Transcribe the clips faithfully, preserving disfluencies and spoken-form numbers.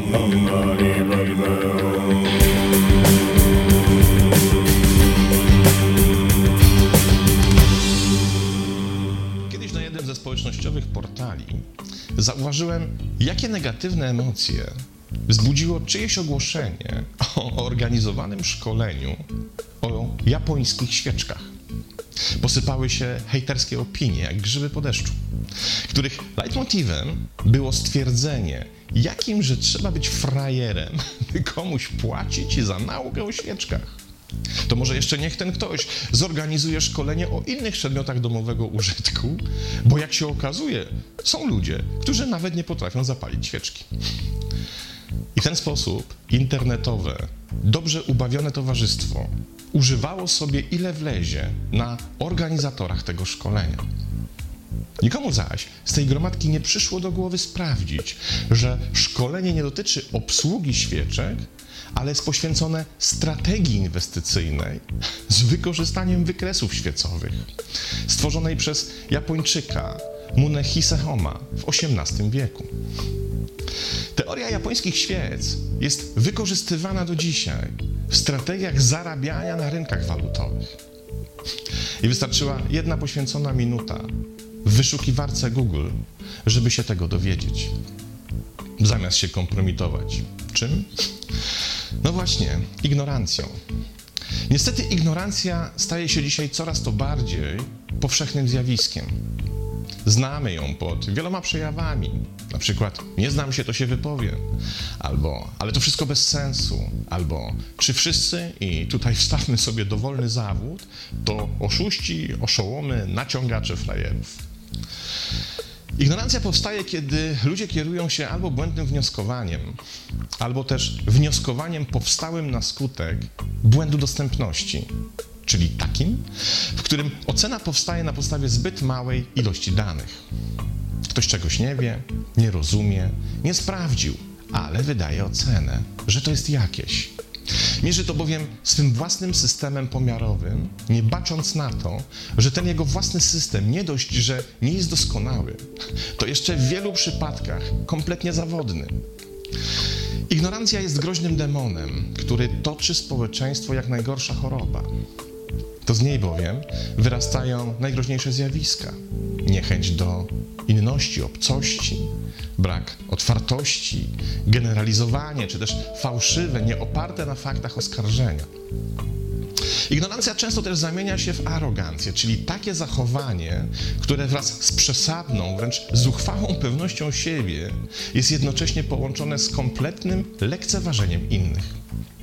Kiedyś na jednym ze społecznościowych portali zauważyłem, jakie negatywne emocje wzbudziło czyjeś ogłoszenie o organizowanym szkoleniu o japońskich świeczkach. Posypały się hejterskie opinie, jak grzyby po deszczu, których leitmotivem było stwierdzenie, jakim, że trzeba być frajerem, by komuś płacić za naukę o świeczkach. To może jeszcze niech ten ktoś zorganizuje szkolenie o innych przedmiotach domowego użytku, bo jak się okazuje, są ludzie, którzy nawet nie potrafią zapalić świeczki. I w ten sposób internetowe, dobrze ubawione towarzystwo używało sobie ile wlezie na organizatorach tego szkolenia. Nikomu zaś z tej gromadki nie przyszło do głowy sprawdzić, że szkolenie nie dotyczy obsługi świeczek, ale jest poświęcone strategii inwestycyjnej z wykorzystaniem wykresów świecowych, stworzonej przez Japończyka Munehisa Homa w osiemnastym wieku. Teoria japońskich świec jest wykorzystywana do dzisiaj w strategiach zarabiania na rynkach walutowych. I wystarczyła jedna poświęcona minuta w wyszukiwarce Google, żeby się tego dowiedzieć, zamiast się kompromitować. Czym? No właśnie, ignorancją. Niestety ignorancja staje się dzisiaj coraz to bardziej powszechnym zjawiskiem. Znamy ją pod wieloma przejawami, na przykład nie znam się, to się wypowiem, albo ale to wszystko bez sensu, albo czy wszyscy, i tutaj wstawmy sobie dowolny zawód, to oszuści, oszołomy, naciągacze frajerów. Ignorancja powstaje, kiedy ludzie kierują się albo błędnym wnioskowaniem, albo też wnioskowaniem powstałym na skutek błędu dostępności, czyli takim, w którym ocena powstaje na podstawie zbyt małej ilości danych. Ktoś czegoś nie wie, nie rozumie, nie sprawdził, ale wydaje ocenę, że to jest jakieś. Mierzy to bowiem swym własnym systemem pomiarowym, nie bacząc na to, że ten jego własny system nie dość, że nie jest doskonały, to jeszcze w wielu przypadkach kompletnie zawodny. Ignorancja jest groźnym demonem, który toczy społeczeństwo jak najgorsza choroba. To z niej bowiem wyrastają najgroźniejsze zjawiska. Niechęć do inności, obcości, brak otwartości, generalizowanie, czy też fałszywe, nieoparte na faktach oskarżenia. Ignorancja często też zamienia się w arogancję, czyli takie zachowanie, które wraz z przesadną, wręcz zuchwałą pewnością siebie jest jednocześnie połączone z kompletnym lekceważeniem innych.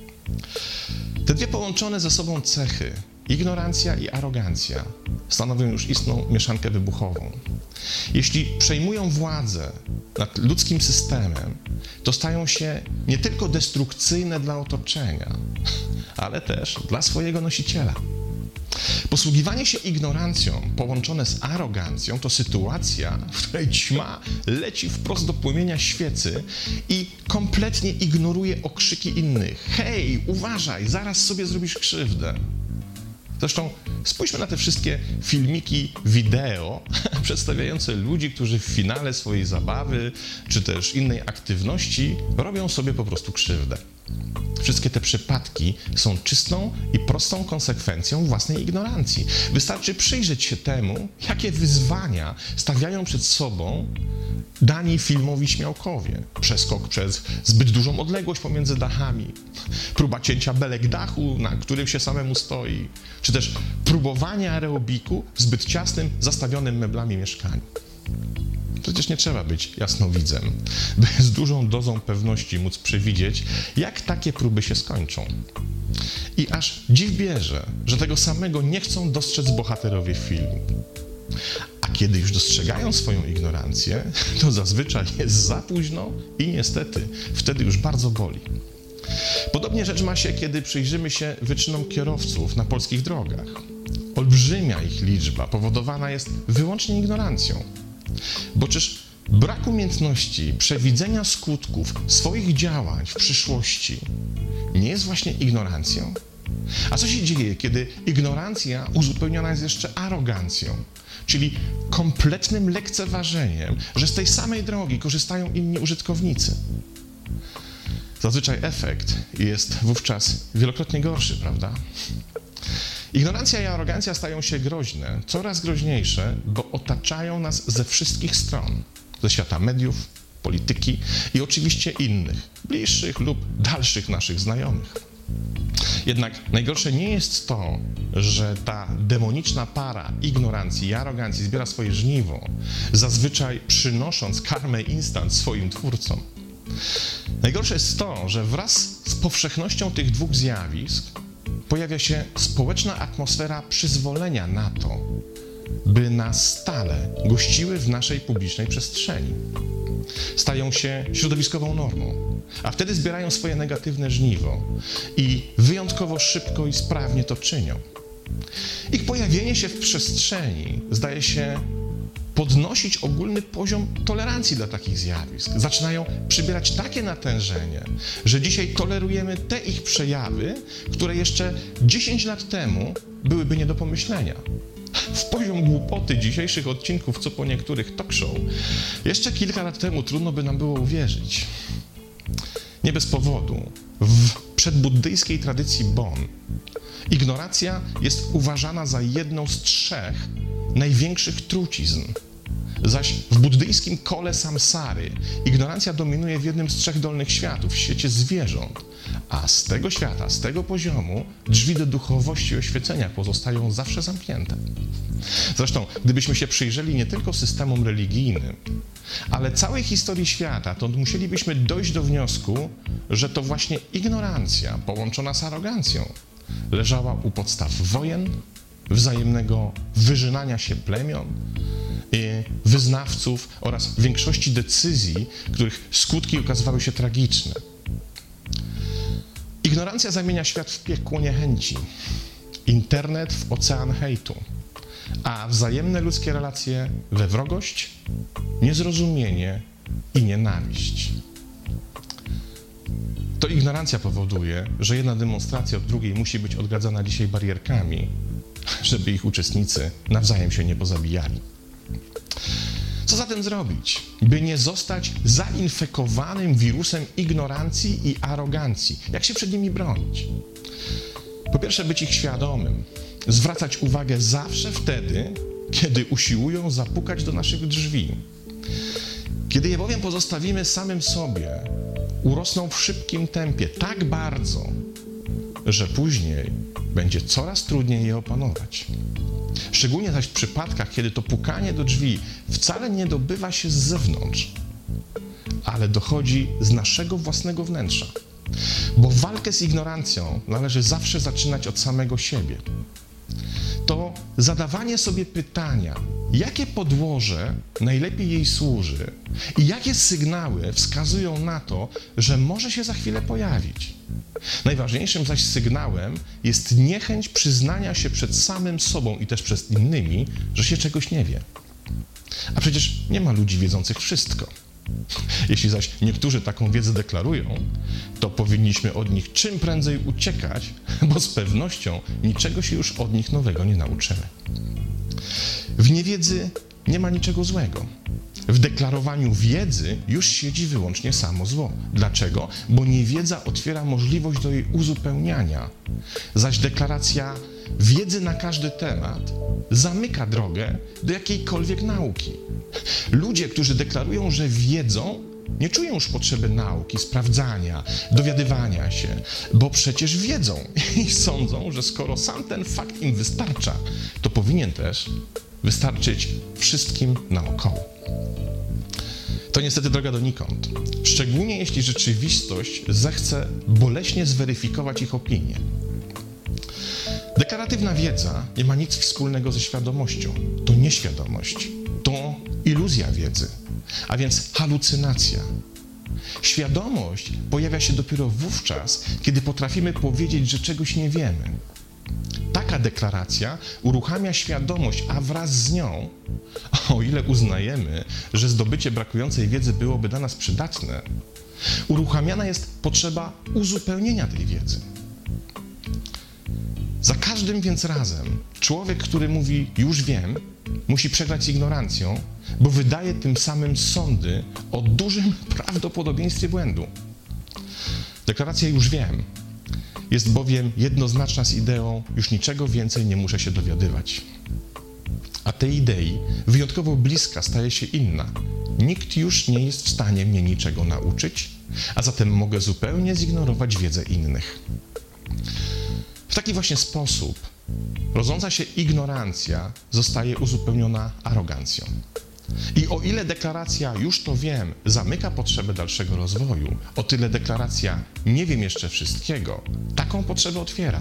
Te dwie połączone ze sobą cechy, ignorancja i arogancja, stanowią już istną mieszankę wybuchową. Jeśli przejmują władzę nad ludzkim systemem, to stają się nie tylko destrukcyjne dla otoczenia, ale też dla swojego nosiciela. Posługiwanie się ignorancją połączone z arogancją to sytuacja, w której ćma leci wprost do płomienia świecy i kompletnie ignoruje okrzyki innych. Hej, uważaj, zaraz sobie zrobisz krzywdę. Zresztą spójrzmy na te wszystkie filmiki wideo przedstawiające ludzi, którzy w finale swojej zabawy czy też innej aktywności robią sobie po prostu krzywdę. Wszystkie te przypadki są czystą i prostą konsekwencją własnej ignorancji. Wystarczy przyjrzeć się temu, jakie wyzwania stawiają przed sobą dani filmowi śmiałkowie. Przeskok przez zbyt dużą odległość pomiędzy dachami, próba cięcia belek dachu, na którym się samemu stoi, czy też próbowanie aerobiku w zbyt ciasnym, zastawionym meblami mieszkaniu. Przecież nie trzeba być jasnowidzem, by z dużą dozą pewności móc przewidzieć, jak takie próby się skończą. I aż dziw bierze, że tego samego nie chcą dostrzec bohaterowie filmu. A kiedy już dostrzegają swoją ignorancję, to zazwyczaj jest za późno i niestety wtedy już bardzo boli. Podobnie rzecz ma się, kiedy przyjrzymy się wyczynom kierowców na polskich drogach. Olbrzymia ich liczba powodowana jest wyłącznie ignorancją. Bo czyż brak umiejętności przewidzenia skutków swoich działań w przyszłości nie jest właśnie ignorancją? A co się dzieje, kiedy ignorancja uzupełniona jest jeszcze arogancją, czyli kompletnym lekceważeniem, że z tej samej drogi korzystają inni użytkownicy? zazwyczaj efekt jest wówczas wielokrotnie gorszy, prawda? Ignorancja i arogancja stają się groźne, coraz groźniejsze, bo otaczają nas ze wszystkich stron. Ze świata mediów, polityki i oczywiście innych, bliższych lub dalszych naszych znajomych. Jednak najgorsze nie jest to, że ta demoniczna para ignorancji i arogancji zbiera swoje żniwo, zazwyczaj przynosząc karmę instant swoim twórcom. Najgorsze jest to, że wraz z powszechnością tych dwóch zjawisk pojawia się społeczna atmosfera przyzwolenia na to, by na stale gościły w naszej publicznej przestrzeni. Stają się środowiskową normą, a wtedy zbierają swoje negatywne żniwo i wyjątkowo szybko i sprawnie to czynią. Ich pojawienie się w przestrzeni zdaje się podnosić ogólny poziom tolerancji dla takich zjawisk. Zaczynają przybierać takie natężenie, że dzisiaj tolerujemy te ich przejawy, które jeszcze dziesięć lat temu byłyby nie do pomyślenia. W poziom głupoty dzisiejszych odcinków, co po niektórych talk show, jeszcze kilka lat temu trudno by nam było uwierzyć. Nie bez powodu w przedbuddyjskiej tradycji Bon ignorancja jest uważana za jedną z trzech największych trucizn, zaś w buddyjskim kole samsary ignorancja dominuje w jednym z trzech dolnych światów, w świecie zwierząt, a z tego świata, z tego poziomu drzwi do duchowości i oświecenia pozostają zawsze zamknięte. Zresztą, gdybyśmy się przyjrzeli nie tylko systemom religijnym, ale całej historii świata, to musielibyśmy dojść do wniosku, że to właśnie ignorancja połączona z arogancją leżała u podstaw wojen, wzajemnego wyżynania się plemion, wyznawców oraz większości decyzji, których skutki okazywały się tragiczne. Ignorancja zamienia świat w piekło niechęci, internet w ocean hejtu, a wzajemne ludzkie relacje we wrogość, niezrozumienie i nienawiść. To ignorancja powoduje, że jedna demonstracja od drugiej musi być odgradzana dzisiaj barierkami, żeby ich uczestnicy nawzajem się nie pozabijali. Co zatem zrobić, by nie zostać zainfekowanym wirusem ignorancji i arogancji? Jak się przed nimi bronić? Po pierwsze, być ich świadomym. Zwracać uwagę zawsze wtedy, kiedy usiłują zapukać do naszych drzwi. Kiedy je bowiem pozostawimy samym sobie, urosną w szybkim tempie tak bardzo, że później będzie coraz trudniej je opanować. Szczególnie zaś w przypadkach, kiedy to pukanie do drzwi wcale nie dobywa się z zewnątrz, ale dochodzi z naszego własnego wnętrza. Bo walkę z ignorancją należy zawsze zaczynać od samego siebie. To zadawanie sobie pytania, jakie podłoże najlepiej jej służy i jakie sygnały wskazują na to, że może się za chwilę pojawić. Najważniejszym zaś sygnałem jest niechęć przyznania się przed samym sobą i też przed innymi, że się czegoś nie wie. A przecież nie ma ludzi wiedzących wszystko. Jeśli zaś niektórzy taką wiedzę deklarują, to powinniśmy od nich czym prędzej uciekać, bo z pewnością niczego się już od nich nowego nie nauczymy. W niewiedzy nie ma niczego złego. W deklarowaniu wiedzy już siedzi wyłącznie samo zło. Dlaczego? Bo niewiedza otwiera możliwość do jej uzupełniania, zaś deklaracja wiedzy na każdy temat zamyka drogę do jakiejkolwiek nauki. Ludzie, którzy deklarują, że wiedzą, nie czują już potrzeby nauki, sprawdzania, dowiadywania się, bo przecież wiedzą i sądzą, że skoro sam ten fakt im wystarcza, to powinien też wystarczyć wszystkim naokoło. To niestety droga donikąd, szczególnie jeśli rzeczywistość zechce boleśnie zweryfikować ich opinię. Deklaratywna wiedza nie ma nic wspólnego ze świadomością. To nieświadomość, to iluzja wiedzy, a więc halucynacja. Świadomość pojawia się dopiero wówczas, kiedy potrafimy powiedzieć, że czegoś nie wiemy. Taka deklaracja uruchamia świadomość, a wraz z nią, o ile uznajemy, że zdobycie brakującej wiedzy byłoby dla nas przydatne, uruchamiana jest potrzeba uzupełnienia tej wiedzy. Za każdym więc razem człowiek, który mówi już wiem, musi przegrać z ignorancją, bo wydaje tym samym sądy o dużym prawdopodobieństwie błędu. Deklaracja już wiem. Jest bowiem jednoznaczna z ideą, już niczego więcej nie muszę się dowiadywać. A tej idei wyjątkowo bliska staje się inna. Nikt już nie jest w stanie mnie niczego nauczyć, a zatem mogę zupełnie zignorować wiedzę innych. W taki właśnie sposób rodząca się ignorancja zostaje uzupełniona arogancją. I o ile deklaracja już to wiem zamyka potrzebę dalszego rozwoju, o tyle deklaracja nie wiem jeszcze wszystkiego taką potrzebę otwiera.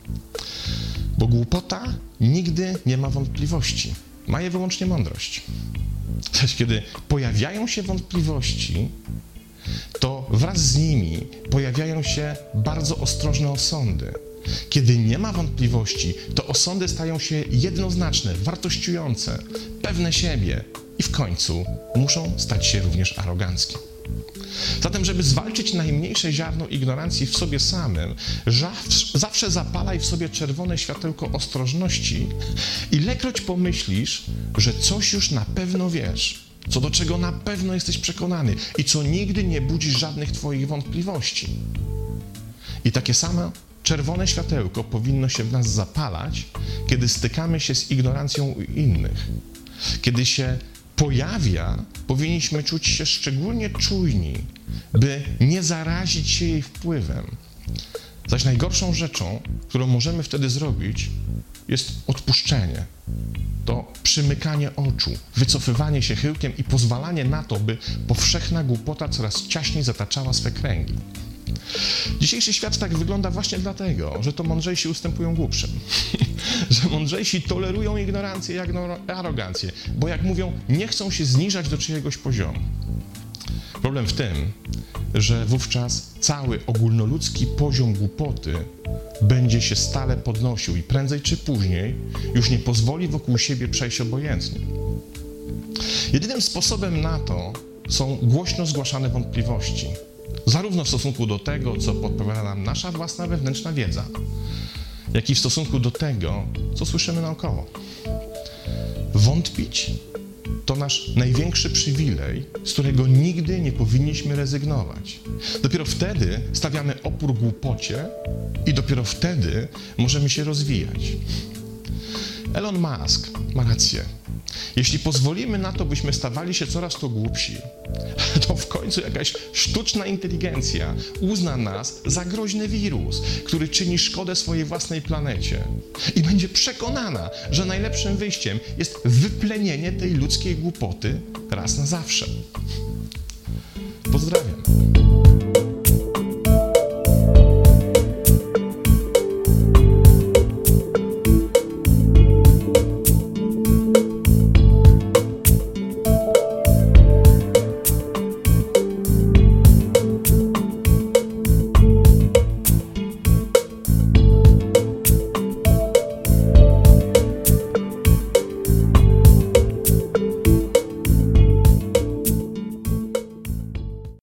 Bo głupota nigdy nie ma wątpliwości, ma je wyłącznie mądrość. Zaś kiedy pojawiają się wątpliwości, to wraz z nimi pojawiają się bardzo ostrożne osądy. Kiedy nie ma wątpliwości, to osądy stają się jednoznaczne, wartościujące, pewne siebie i w końcu muszą stać się również aroganckie. Zatem, żeby zwalczyć najmniejsze ziarno ignorancji w sobie samym, zawsze zapalaj w sobie czerwone światełko ostrożności, ilekroć pomyślisz, że coś już na pewno wiesz, co do czego na pewno jesteś przekonany i co nigdy nie budzi żadnych twoich wątpliwości. I takie samo czerwone światełko powinno się w nas zapalać, kiedy stykamy się z ignorancją u innych. Kiedy się pojawia, powinniśmy czuć się szczególnie czujni, by nie zarazić się jej wpływem. Zaś najgorszą rzeczą, którą możemy wtedy zrobić, jest odpuszczenie. To przymykanie oczu, wycofywanie się chyłkiem i pozwalanie na to, by powszechna głupota coraz ciaśniej zataczała swe kręgi. Dzisiejszy świat tak wygląda właśnie dlatego, że to mądrzejsi ustępują głupszym. Że mądrzejsi tolerują ignorancję jak arogancję, bo jak mówią, nie chcą się zniżać do czyjegoś poziomu. Problem w tym, że wówczas cały ogólnoludzki poziom głupoty będzie się stale podnosił i prędzej czy później już nie pozwoli wokół siebie przejść obojętnie. Jedynym sposobem na to są głośno zgłaszane wątpliwości. Zarówno w stosunku do tego, co podpowiada nam nasza własna wewnętrzna wiedza, jak i w stosunku do tego, co słyszymy naokoło. Wątpić to nasz największy przywilej, z którego nigdy nie powinniśmy rezygnować. Dopiero wtedy stawiamy opór głupocie i dopiero wtedy możemy się rozwijać. Elon Musk ma rację. Jeśli pozwolimy na to, byśmy stawali się coraz to głupsi, to w końcu jakaś sztuczna inteligencja uzna nas za groźny wirus, który czyni szkodę swojej własnej planecie i będzie przekonana, że najlepszym wyjściem jest wyplenienie tej ludzkiej głupoty raz na zawsze. Pozdrawiam.